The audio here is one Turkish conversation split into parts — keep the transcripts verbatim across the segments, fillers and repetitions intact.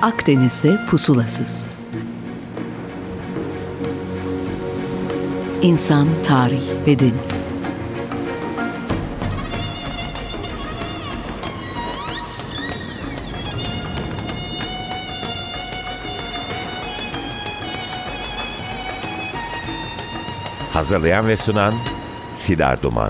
Akdeniz'de pusulasız. İnsan, tarih ve deniz. Hazırlayan ve sunan Sidar Duman.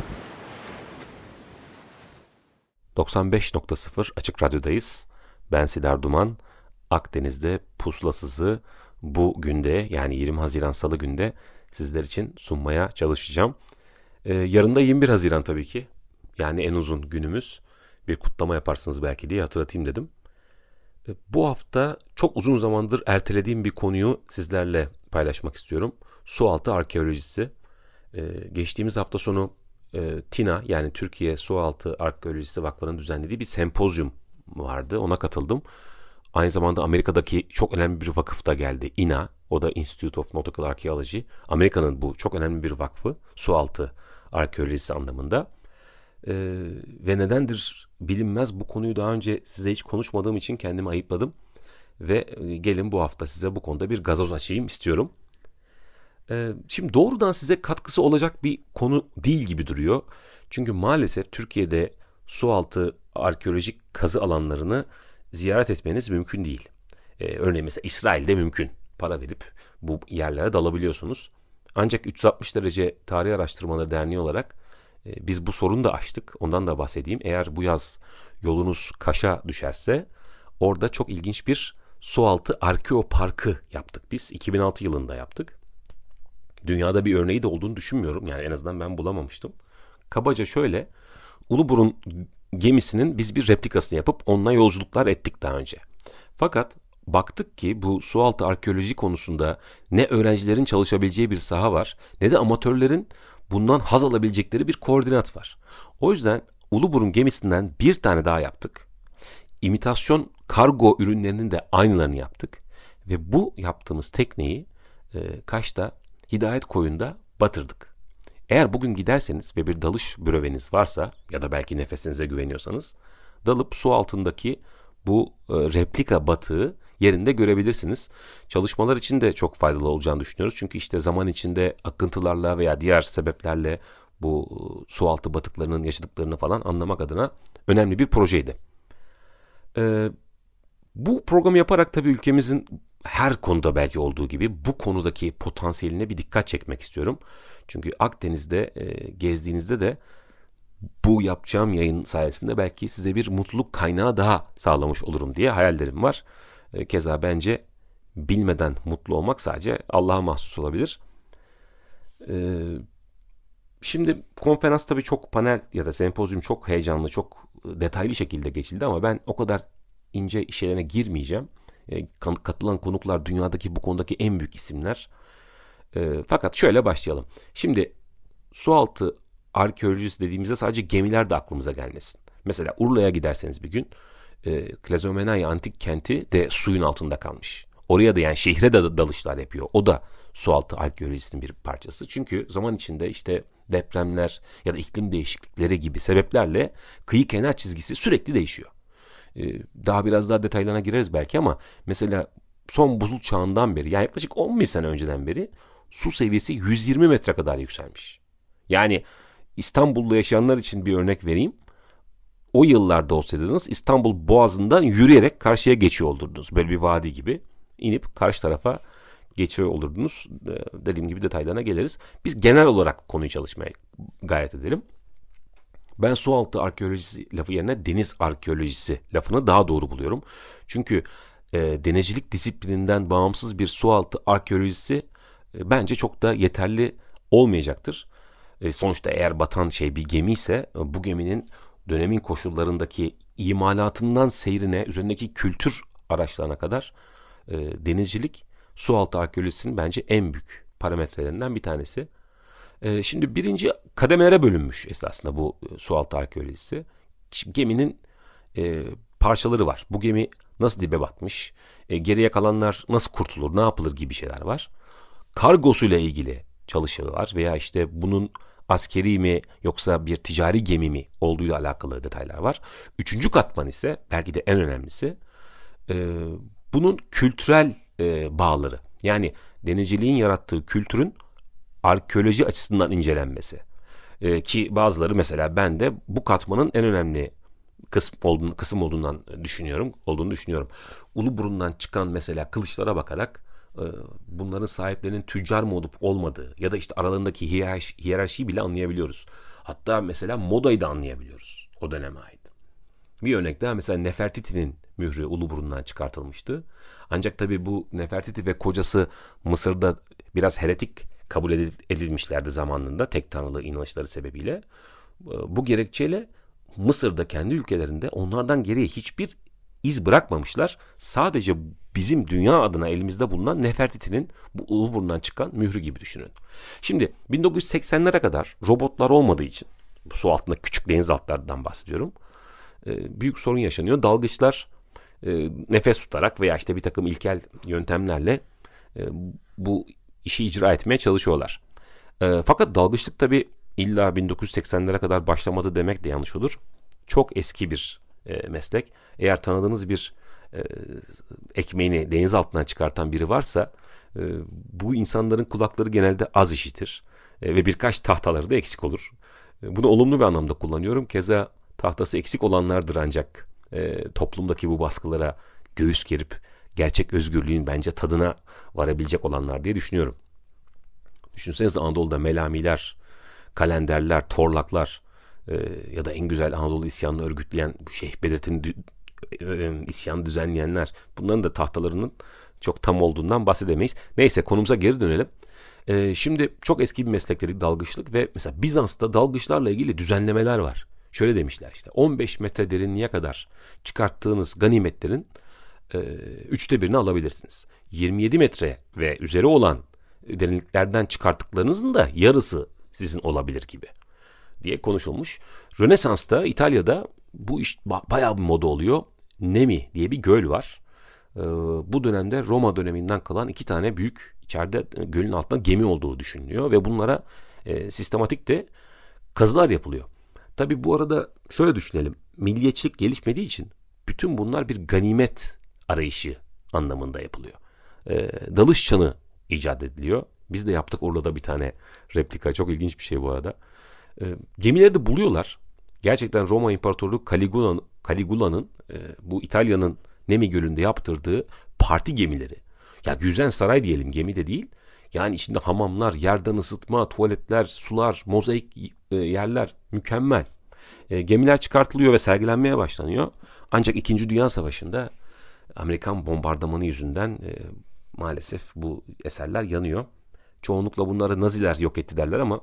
doksan beş nokta sıfır Açık Radyo'dayız. Ben Sidar Duman. Akdeniz'de pusulasızı bu günde, yani yirmi Haziran Salı günde sizler için sunmaya çalışacağım. Ee, yarın da yirmi bir Haziran tabii ki. Yani en uzun günümüz. Bir kutlama yaparsınız belki diye hatırlatayım dedim. Ee, bu hafta çok uzun zamandır ertelediğim bir konuyu sizlerle paylaşmak istiyorum. Sualtı arkeolojisi. Ee, geçtiğimiz hafta sonu e, TİNA, yani Türkiye Sualtı Arkeolojisi Vakfı'nın düzenlediği bir sempozyum vardı. Ona katıldım. Aynı zamanda Amerika'daki çok önemli bir vakıf da geldi. I N A, o da Institute of Nautical Archaeology. Amerika'nın bu çok önemli bir vakfı, sualtı arkeolojisi anlamında. Ee, ve nedendir bilinmez, bu konuyu daha önce size hiç konuşmadığım için kendimi ayıpladım. Ve gelin bu hafta size bu konuda bir gazoz açayım istiyorum. Ee, şimdi doğrudan size katkısı olacak bir konu değil gibi duruyor. Çünkü maalesef Türkiye'de sualtı arkeolojik kazı alanlarını ziyaret etmeniz mümkün değil. Ee, örneğin mesela İsrail'de mümkün. Para verip bu yerlere dalabiliyorsunuz. Ancak üç yüz altmış derece Tarih Araştırmaları Derneği olarak e, biz bu sorunu da aştık. Ondan da bahsedeyim. Eğer bu yaz yolunuz Kaş'a düşerse orada çok ilginç bir sualtı arkeoparkı yaptık biz. iki bin altı yılında yaptık. Dünyada bir örneği de olduğunu düşünmüyorum. Yani en azından ben bulamamıştım. Kabaca şöyle, Uluburun gemisinin biz bir replikasını yapıp onunla yolculuklar ettik daha önce. Fakat baktık ki bu sualtı arkeoloji konusunda ne öğrencilerin çalışabileceği bir saha var, ne de amatörlerin bundan haz alabilecekleri bir koordinat var. O yüzden Uluburun gemisinden bir tane daha yaptık. İmitasyon kargo ürünlerinin de aynılarını yaptık. Ve bu yaptığımız tekneyi e, Kaş'ta Hidayet Koyun'da batırdık. Eğer bugün giderseniz ve bir dalış büröveniz varsa ya da belki nefesinize güveniyorsanız dalıp su altındaki bu e, replika batığı yerinde görebilirsiniz. Çalışmalar için de çok faydalı olacağını düşünüyoruz. Çünkü işte zaman içinde akıntılarla veya diğer sebeplerle bu e, su altı batıklarının yaşadıklarını falan anlamak adına önemli bir projeydi. E, bu programı yaparak tabii ülkemizin her konuda belki olduğu gibi bu konudaki potansiyeline bir dikkat çekmek istiyorum. Çünkü Akdeniz'de e, gezdiğinizde de bu yapacağım yayın sayesinde belki size bir mutluluk kaynağı daha sağlamış olurum diye hayallerim var. E, keza bence bilmeden mutlu olmak sadece Allah'a mahsus olabilir. E, şimdi konferans tabii çok, panel ya da sempozyum çok heyecanlı, çok detaylı şekilde geçildi ama ben o kadar ince şeylerine girmeyeceğim. E, katılan konuklar dünyadaki bu konudaki en büyük isimler. E, fakat şöyle başlayalım. Şimdi sualtı arkeolojisi dediğimizde sadece gemiler de aklımıza gelmesin. Mesela Urla'ya giderseniz bir gün e, Klazomenai antik kenti de suyun altında kalmış. Oraya da, yani şehre de dalışlar yapıyor. O da sualtı arkeolojisinin bir parçası. Çünkü zaman içinde işte depremler ya da iklim değişiklikleri gibi sebeplerle kıyı kenar çizgisi sürekli değişiyor. Daha biraz daha detaylarına gireriz belki ama mesela son buzul çağından beri, yani yaklaşık on bin sene önceden beri su seviyesi yüz yirmi metre kadar yükselmiş. Yani İstanbul'da yaşayanlar için bir örnek vereyim. O yıllarda olsaydınız İstanbul Boğazı'ndan yürüyerek karşıya geçiyor olurdunuz. Böyle bir vadi gibi inip karşı tarafa geçiyor olurdunuz. Dediğim gibi detaylarına geliriz. Biz genel olarak konuyu çalışmaya gayret edelim. Ben sualtı arkeolojisi lafı yerine deniz arkeolojisi lafını daha doğru buluyorum. Çünkü e, denizcilik disiplininden bağımsız bir sualtı arkeolojisi e, bence çok da yeterli olmayacaktır. E, sonuçta eğer batan şey bir gemi ise e, bu geminin dönemin koşullarındaki imalatından seyrine, üzerindeki kültür araçlarına kadar e, denizcilik sualtı arkeolojisinin bence en büyük parametrelerinden bir tanesi. Şimdi birinci kademelere bölünmüş esasında bu sualtı arkeolojisi. Şimdi geminin e, parçaları var. Bu gemi nasıl dibe batmış, e, geriye kalanlar nasıl kurtulur, ne yapılır gibi şeyler var. Kargosuyla ilgili çalışıyorlar veya işte bunun askeri mi yoksa bir ticari gemi mi olduğuyla alakalı detaylar var. Üçüncü katman ise belki de en önemlisi, e, bunun kültürel e, bağları, yani denizciliğin yarattığı kültürün arkeoloji açısından incelenmesi. E, ki bazıları, mesela ben de bu katmanın en önemli kısım olduğunu, kısım olduğundan düşünüyorum, olduğunu düşünüyorum. Uluburun'dan çıkan mesela kılıçlara bakarak e, bunların sahiplerinin tüccar mı olup olmadığı ya da işte aralarındaki hiyerarşi, hiyerarşiyi bile anlayabiliyoruz. Hatta mesela modayı da anlayabiliyoruz o döneme ait. Bir örnek daha, mesela Nefertiti'nin mührü Uluburun'dan çıkartılmıştı. Ancak tabii bu Nefertiti ve kocası Mısır'da biraz heretik kabul edilmişlerdi zamanında, tek tanrılı inanışları sebebiyle. Bu gerekçeyle Mısır'da kendi ülkelerinde onlardan geriye hiçbir iz bırakmamışlar. Sadece bizim dünya adına elimizde bulunan Nefertiti'nin bu Uluburun'dan çıkan mührü gibi düşünün. Şimdi bin dokuz yüz seksenlere kadar robotlar olmadığı için, bu su altında küçük denizaltılardan bahsediyorum, büyük sorun yaşanıyor. Dalgıçlar nefes tutarak veya işte bir takım ilkel yöntemlerle bu işi icra etmeye çalışıyorlar. Fakat dalgıçlık tabii illa bin dokuz yüz seksenlere kadar başlamadı demek de yanlış olur. Çok eski bir meslek. Eğer tanıdığınız bir ekmeğini deniz altından çıkartan biri varsa, bu insanların kulakları genelde az işitir ve birkaç tahtaları da eksik olur. Bunu olumlu bir anlamda kullanıyorum. Keza tahtası eksik olanlardır ancak e, toplumdaki bu baskılara göğüs gerip gerçek özgürlüğün bence tadına varabilecek olanlar diye düşünüyorum. Düşünsenize, Anadolu'da melamiler, kalenderler, torlaklar e, ya da en güzel Anadolu isyanını örgütleyen Şeyh Bedrettin dü, e, isyanı düzenleyenler, bunların da tahtalarının çok tam olduğundan bahsedemeyiz. Neyse, konumuza geri dönelim. E, şimdi çok eski bir meslek dedik, dalgıçlık, ve mesela Bizans'ta dalgıçlarla ilgili düzenlemeler var. Şöyle demişler, işte on beş metre derinliğe kadar çıkarttığınız ganimetlerin e, üçte birini alabilirsiniz. yirmi yedi metre ve üzeri olan derinliklerden çıkarttıklarınızın da yarısı sizin olabilir gibi diye konuşulmuş. Rönesans'ta İtalya'da bu iş bayağı bir moda oluyor. Nemi diye bir göl var. E, bu dönemde Roma döneminden kalan iki tane büyük, içeride gölün altında gemi olduğu düşünülüyor ve bunlara e, sistematik de kazılar yapılıyor. Tabii bu arada şöyle düşünelim. Milliyetçilik gelişmediği için bütün bunlar bir ganimet arayışı anlamında yapılıyor. Ee, dalış çanı icat ediliyor. Biz de yaptık Urla'da bir tane replika. Çok ilginç bir şey bu arada. Ee, gemileri de buluyorlar. Gerçekten Roma İmparatorluğu Caligula'nın, Caligula'nın e, bu İtalya'nın Nemi Gölü'nde yaptırdığı parti gemileri. Ya güzel saray diyelim, gemi de değil. Yani içinde hamamlar, yerden ısıtma, tuvaletler, sular, mozaik e, yerler, mükemmel. E, gemiler çıkartılıyor ve sergilenmeye başlanıyor. Ancak İkinci Dünya Savaşı'nda Amerikan bombardımanı yüzünden e, maalesef bu eserler yanıyor. Çoğunlukla bunları Naziler yok etti derler ama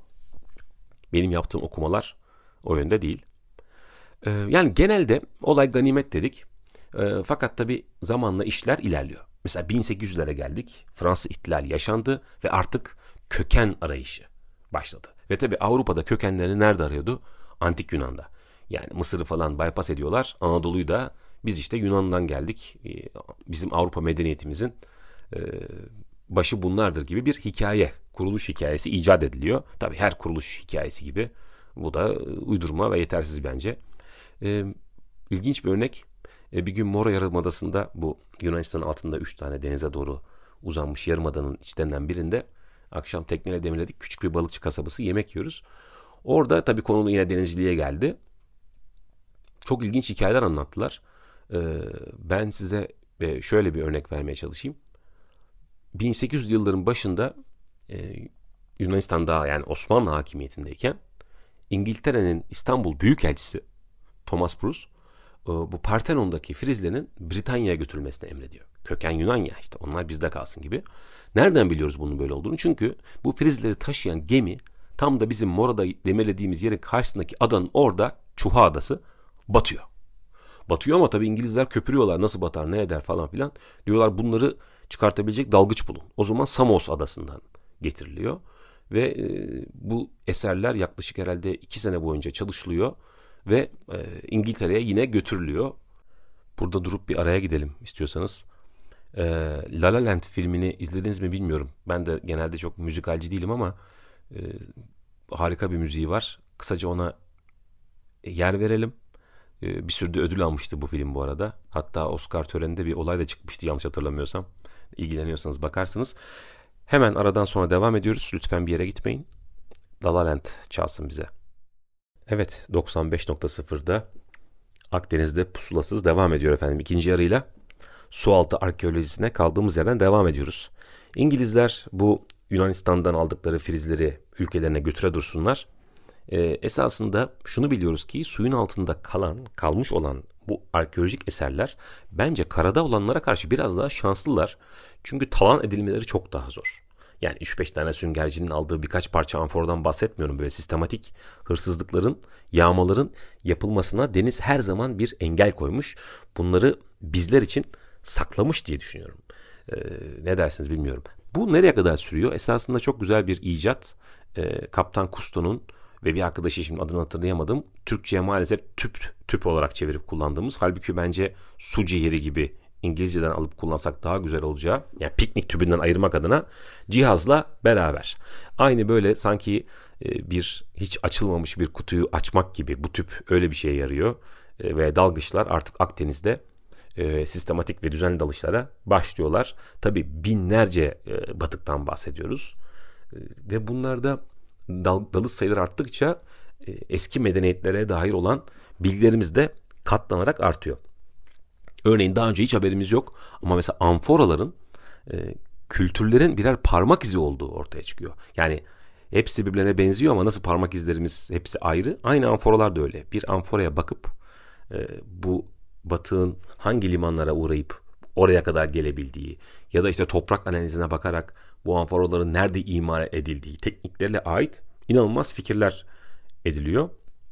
benim yaptığım okumalar o yönde değil. E, yani genelde olay ganimet dedik. E, fakat tabii zamanla işler ilerliyor. Mesela bin sekiz yüzlere geldik. Fransız ihtilali yaşandı ve artık köken arayışı başladı. Ve tabii Avrupa'da kökenlerini nerede arıyordu? Antik Yunan'da. Yani Mısır'ı falan bypass ediyorlar. Anadolu'yu da biz işte Yunan'dan geldik. Bizim Avrupa medeniyetimizin başı bunlardır gibi bir hikaye, kuruluş hikayesi icat ediliyor. Tabii her kuruluş hikayesi gibi bu da uydurma ve yetersiz bence. İlginç bir örnek. Bir gün Mora Yarımadası'nda, bu Yunanistan'ın altında üç tane denize doğru uzanmış yarımadanın içlerinden birinde akşam tekneyle demirledik. Küçük bir balıkçı kasabası, yemek yiyoruz. Orada tabii konu yine denizciliğe geldi. Çok ilginç hikayeler anlattılar. Ben size şöyle bir örnek vermeye çalışayım. bin sekiz yüz yılların başında Yunanistan'da, yani Osmanlı hakimiyetindeyken, İngiltere'nin İstanbul Büyükelçisi Thomas Bruce bu Partenon'daki Frizlerin Britanya'ya götürülmesini emrediyor. Köken Yunan ya, işte onlar bizde kalsın gibi. Nereden biliyoruz bunun böyle olduğunu? Çünkü bu Frizleri taşıyan gemi tam da bizim Mora'da demirlediğimiz yerin karşısındaki adanın orada, Çuha Adası, batıyor. Batıyor ama tabii İngilizler köpürüyorlar. Nasıl batar, ne eder falan filan. Diyorlar bunları çıkartabilecek dalgıç bulun. O zaman Samos Adası'ndan getiriliyor. Ve e, bu eserler yaklaşık herhalde iki sene boyunca çalışılıyor. Ve e, İngiltere'ye yine götürülüyor. Burada durup bir araya gidelim istiyorsanız. E, La La Land filmini izlediniz mi bilmiyorum. Ben de genelde çok müzikalci değilim ama e, harika bir müziği var. Kısaca ona yer verelim. E, bir sürü de ödül almıştı bu film bu arada. Hatta Oscar töreninde bir olay da çıkmıştı yanlış hatırlamıyorsam. İlgileniyorsanız bakarsınız. Hemen aradan sonra devam ediyoruz. Lütfen bir yere gitmeyin. La La Land çalsın bize. Evet, doksan beş nokta sıfırda Akdeniz'de pusulasız devam ediyor efendim. İkinci yarıyla sualtı arkeolojisine kaldığımız yerden devam ediyoruz. İngilizler bu Yunanistan'dan aldıkları filizleri ülkelerine götüre dursunlar. Ee, esasında şunu biliyoruz ki suyun altında kalan, kalmış olan bu arkeolojik eserler bence karada olanlara karşı biraz daha şanslılar. Çünkü talan edilmeleri çok daha zor. Yani üç beş tane süngercinin aldığı birkaç parça amfordan bahsetmiyorum. Böyle sistematik hırsızlıkların, yağmaların yapılmasına deniz her zaman bir engel koymuş. Bunları bizler için saklamış diye düşünüyorum. Ee, ne dersiniz bilmiyorum. Bu nereye kadar sürüyor? Esasında çok güzel bir icat. Ee, Kaptan Cousteau'nun ve bir arkadaşı, şimdi adını hatırlayamadım, Türkçe'ye maalesef tüp tüp olarak çevirip kullandığımız, halbuki bence su cihiri gibi İngilizceden alıp kullansak daha güzel olacağı, yani piknik tübünden ayırmak adına cihazla beraber. Aynı böyle sanki bir hiç açılmamış bir kutuyu açmak gibi bu tüp öyle bir şeye yarıyor. Ve dalgıçlar artık Akdeniz'de e, sistematik ve düzenli dalışlara başlıyorlar. Tabii binlerce e, batıktan bahsediyoruz. E, ve bunlarda dal, dalış sayıları arttıkça e, eski medeniyetlere dair olan bilgilerimiz de katlanarak artıyor. Örneğin daha önce hiç haberimiz yok ama mesela amforaların e, kültürlerin birer parmak izi olduğu ortaya çıkıyor. Yani hepsi birbirine benziyor ama nasıl parmak izlerimiz hepsi ayrı. Aynı amforalar da öyle. Bir amforaya bakıp e, bu batığın hangi limanlara uğrayıp oraya kadar gelebildiği ya da işte toprak analizine bakarak bu amforaların nerede imar edildiği tekniklerle ait inanılmaz fikirler ediliyor.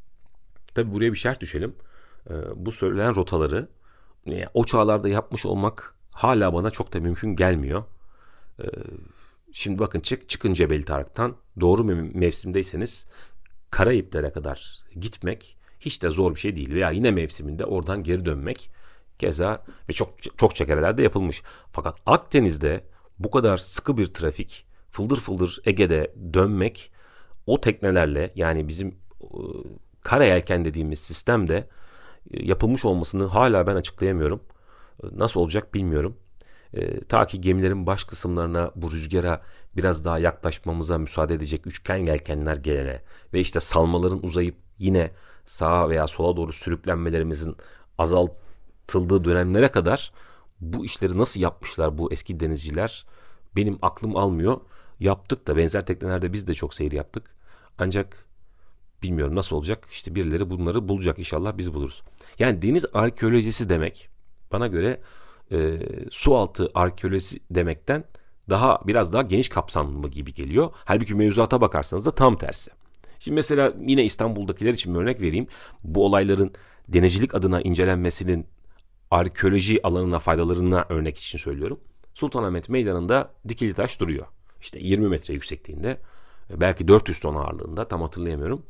Tabi buraya bir şart düşelim. E, bu söylenen rotaları e, o çağlarda yapmış olmak hala bana çok da mümkün gelmiyor. E, şimdi bakın çık çıkın Cebeli Tarık'tan doğru mevsimdeyseniz Karayiplere kadar gitmek hiç de zor bir şey değil. Veya yine mevsiminde oradan geri dönmek keza ve çok çok çekerelerde yapılmış. Fakat Akdeniz'de bu kadar sıkı bir trafik, fıldır fıldır Ege'de dönmek o teknelerle, yani bizim e, kara yelken dediğimiz sistemde e, yapılmış olmasını hala ben açıklayamıyorum. E, nasıl olacak bilmiyorum. E, ta ki gemilerin baş kısımlarına bu rüzgara biraz daha yaklaşmamıza müsaade edecek üçgen yelkenler gelene ve işte salmaların uzayıp yine sağa veya sola doğru sürüklenmelerimizin azaltıldığı dönemlere kadar bu işleri nasıl yapmışlar bu eski denizciler benim aklım almıyor. Yaptık da benzer teknelerde biz de çok seyir yaptık. Ancak bilmiyorum nasıl olacak. İşte birileri bunları bulacak, inşallah biz buluruz. Yani deniz arkeolojisi demek bana göre e, sualtı arkeolojisi demekten daha biraz daha geniş kapsamlı gibi geliyor. Halbuki mevzuata bakarsanız da tam tersi. Şimdi mesela yine İstanbul'dakiler için bir örnek vereyim. Bu olayların denizcilik adına incelenmesinin arkeoloji alanına faydalarına örnek için söylüyorum. Sultanahmet Meydanı'nda dikili taş duruyor. İşte yirmi metre yüksekliğinde, belki dört yüz ton ağırlığında, tam hatırlayamıyorum.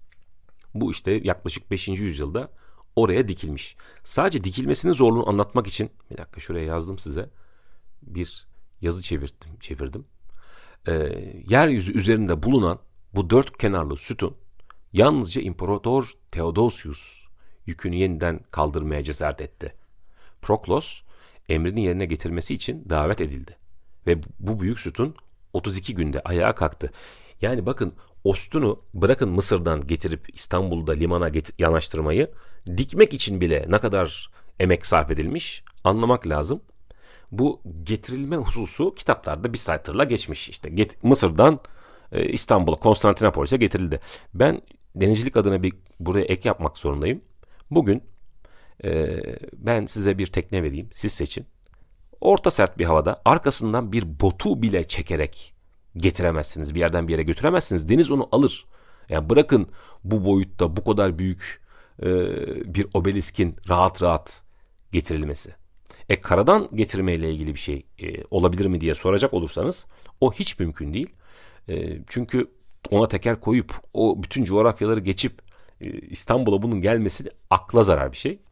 Bu işte yaklaşık beşinci yüzyılda oraya dikilmiş. Sadece dikilmesinin zorluğunu anlatmak için bir dakika şuraya yazdım size. Bir yazı çevirdim. çevirdim. Ee, yeryüzü üzerinde bulunan bu dört kenarlı sütun yalnızca İmparator Theodosius yükünü yeniden kaldırmaya cesaret etti. Proklos emrini yerine getirmesi için davet edildi. Ve bu büyük sütun otuz iki günde ayağa kalktı. Yani bakın, Ostun'u bırakın Mısır'dan getirip İstanbul'da limana get- yanaştırmayı, dikmek için bile ne kadar emek sarf edilmiş anlamak lazım. Bu getirilme hususu kitaplarda bir satırla geçmiş. İşte get- Mısır'dan e, İstanbul'a, Konstantinopolis'e getirildi. Ben denizcilik adına bir buraya ek yapmak zorundayım. Bugün e, ben size bir tekne vereyim, siz seçin. Orta sert bir havada arkasından bir botu bile çekerek getiremezsiniz. Bir yerden bir yere götüremezsiniz. Deniz onu alır. Yani bırakın bu boyutta bu kadar büyük e, bir obeliskin rahat rahat getirilmesi. E karadan getirmeyle ilgili bir şey e, olabilir mi diye soracak olursanız o hiç mümkün değil. E, çünkü ona teker koyup o bütün coğrafyaları geçip e, İstanbul'a bunun gelmesi akla zarar bir şey.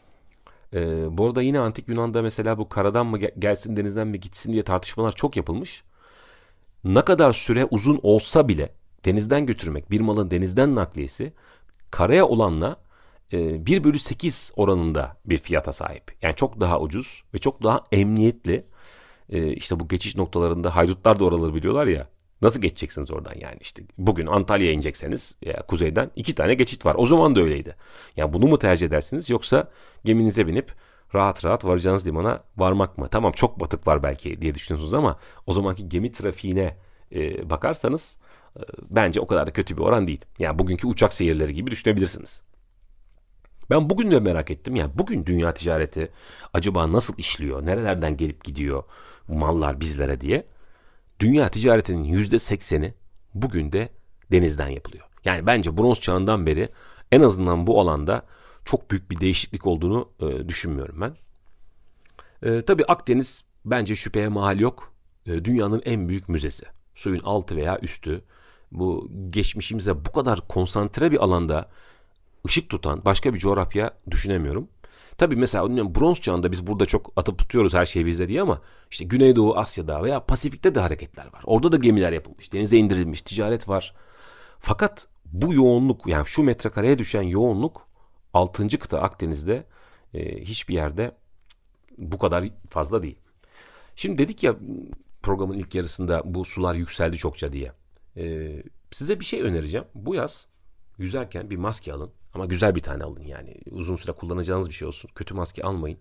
E, bu arada yine Antik Yunan'da mesela bu karadan mı gelsin denizden mi gitsin diye tartışmalar çok yapılmış. Ne kadar süre uzun olsa bile denizden götürmek, bir malın denizden nakliyesi karaya olanla e, bir bölü sekiz oranında bir fiyata sahip. Yani çok daha ucuz ve çok daha emniyetli. E, işte bu geçiş noktalarında haydutlar da oraları biliyorlar ya. Nasıl geçeceksiniz oradan yani işte bugün Antalya'ya inecekseniz ya kuzeyden iki tane geçit var. O zaman da öyleydi. Yani bunu mu tercih edersiniz yoksa geminize binip rahat rahat varacağınız limana varmak mı? Tamam çok batık var belki diye düşünüyorsunuz ama o zamanki gemi trafiğine e, bakarsanız e, bence o kadar da kötü bir oran değil. Yani bugünkü uçak seyirleri gibi düşünebilirsiniz. Ben bugün de merak ettim. Yani bugün dünya ticareti acaba nasıl işliyor? Nerelerden gelip gidiyor mallar bizlere diye. Dünya ticaretinin yüzde sekseni bugün de denizden yapılıyor. Yani bence bronz çağından beri en azından bu alanda çok büyük bir değişiklik olduğunu e, düşünmüyorum ben. E, tabii Akdeniz bence şüpheye mahal yok. E, dünyanın en büyük müzesi. Suyun altı veya üstü. Bu geçmişimize bu kadar konsantre bir alanda ışık tutan başka bir coğrafya düşünemiyorum. Tabii mesela bronz çağında biz burada çok atıp tutuyoruz her şey bizde diye ama işte Güneydoğu Asya'da veya Pasifik'te de hareketler var. Orada da gemiler yapılmış, denize indirilmiş, ticaret var. Fakat bu yoğunluk yani şu metrekareye düşen yoğunluk altıncı kıta Akdeniz'de e, hiçbir yerde bu kadar fazla değil. Şimdi dedik ya programın ilk yarısında bu sular yükseldi çokça diye. E, size bir şey önereceğim. Bu yaz yüzerken bir maske alın. Ama güzel bir tane alın yani. Uzun süre kullanacağınız bir şey olsun. Kötü maske almayın.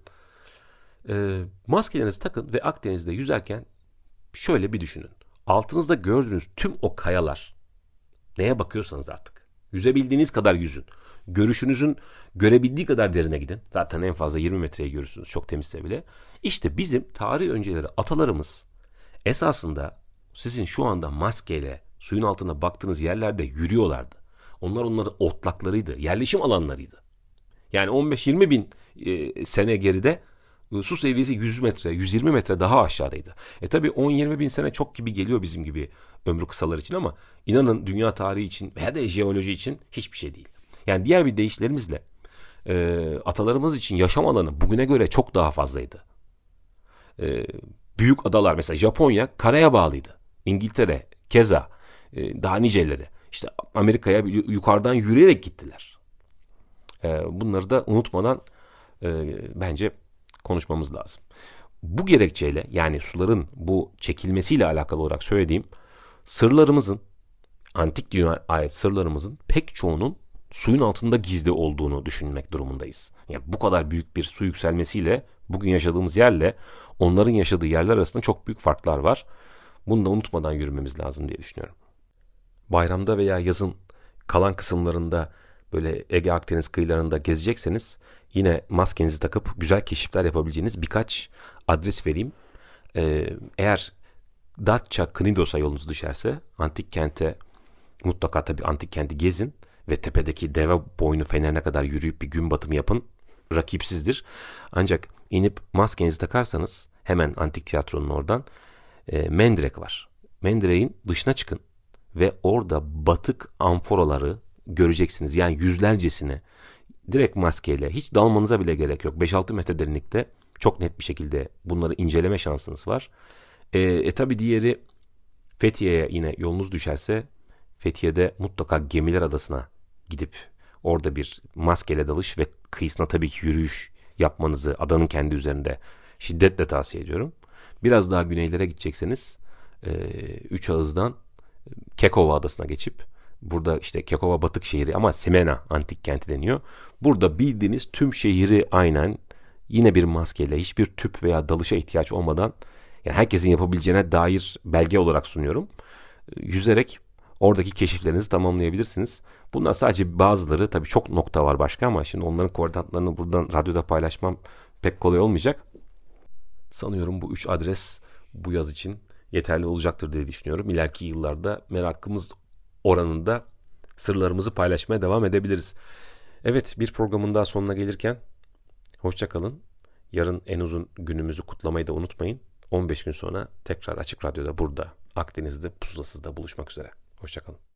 E, maskelerinizi takın ve Akdeniz'de yüzerken şöyle bir düşünün. Altınızda gördüğünüz tüm o kayalar, neye bakıyorsanız artık, yüzebildiğiniz kadar yüzün. Görüşünüzün görebildiği kadar derine gidin. Zaten en fazla yirmi metreyi görürsünüz çok temizse bile. İşte bizim tarih önceleri atalarımız esasında sizin şu anda maskeyle suyun altına baktığınız yerlerde yürüyorlardı. Onlar onların otlaklarıydı, yerleşim alanlarıydı. Yani on beş yirmi bin e, sene geride e, su seviyesi yüz metre, yüz yirmi metre daha aşağıdaydı. E tabi on yirmi bin sene çok gibi geliyor bizim gibi ömrü kısalar için ama inanın dünya tarihi için veya da jeoloji için hiçbir şey değil. Yani diğer bir deyişlerimizle e, atalarımız için yaşam alanı bugüne göre çok daha fazlaydı. E, büyük adalar mesela Japonya karaya bağlıydı. İngiltere keza e, daha niceleri. İşte Amerika'ya yukarıdan yürüyerek gittiler. E, bunları da unutmadan e, bence konuşmamız lazım. Bu gerekçeyle yani suların bu çekilmesiyle alakalı olarak söylediğim sırlarımızın antik dünya ait sırlarımızın pek çoğunun suyun altında gizli olduğunu düşünmek durumundayız. Yani bu kadar büyük bir su yükselmesiyle bugün yaşadığımız yerle onların yaşadığı yerler arasında çok büyük farklar var. Bunu da unutmadan yürümemiz lazım diye düşünüyorum. Bayramda veya yazın kalan kısımlarında böyle Ege Akdeniz kıyılarında gezecekseniz yine maskenizi takıp güzel keşifler yapabileceğiniz birkaç adres vereyim. Ee, eğer Datça Knidos'a yolunuz düşerse antik kente mutlaka tabii antik kenti gezin ve tepedeki deve boynu fenerine kadar yürüyüp bir gün batımı yapın. Rakipsizdir. Ancak inip maskenizi takarsanız hemen antik tiyatronun oradan e, Mendirek var. Mendirek'in dışına çıkın ve orada batık amforaları göreceksiniz. Yani yüzlercesine direkt maskeyle hiç dalmanıza bile gerek yok. beş altı metre derinlikte çok net bir şekilde bunları inceleme şansınız var. E, e tabi diğeri Fethiye'ye yine yolunuz düşerse Fethiye'de mutlaka Gemiler Adası'na gidip orada bir maskeyle dalış ve kıyısına tabii ki yürüyüş yapmanızı adanın kendi üzerinde şiddetle tavsiye ediyorum. Biraz daha güneylere gidecekseniz e, Üç Ağız'dan Kekova Adası'na geçip burada işte Kekova Batık şehri ama Semena antik kenti deniyor. Burada bildiğiniz tüm şehri aynen yine bir maskeyle hiçbir tüp veya dalışa ihtiyaç olmadan yani herkesin yapabileceğine dair belge olarak sunuyorum. Yüzerek oradaki keşiflerinizi tamamlayabilirsiniz. Bunlar sadece bazıları tabii çok nokta var başka ama şimdi onların koordinatlarını buradan radyoda paylaşmam pek kolay olmayacak. Sanıyorum bu üç adres bu yaz için yeterli olacaktır diye düşünüyorum. İleriki yıllarda merakımız oranında sırlarımızı paylaşmaya devam edebiliriz. Evet bir programın daha sonuna gelirken hoşça kalın. Yarın en uzun günümüzü kutlamayı da unutmayın. on beş gün sonra tekrar Açık Radyo'da burada Akdeniz'de Pusulasız'da buluşmak üzere. Hoşça kalın.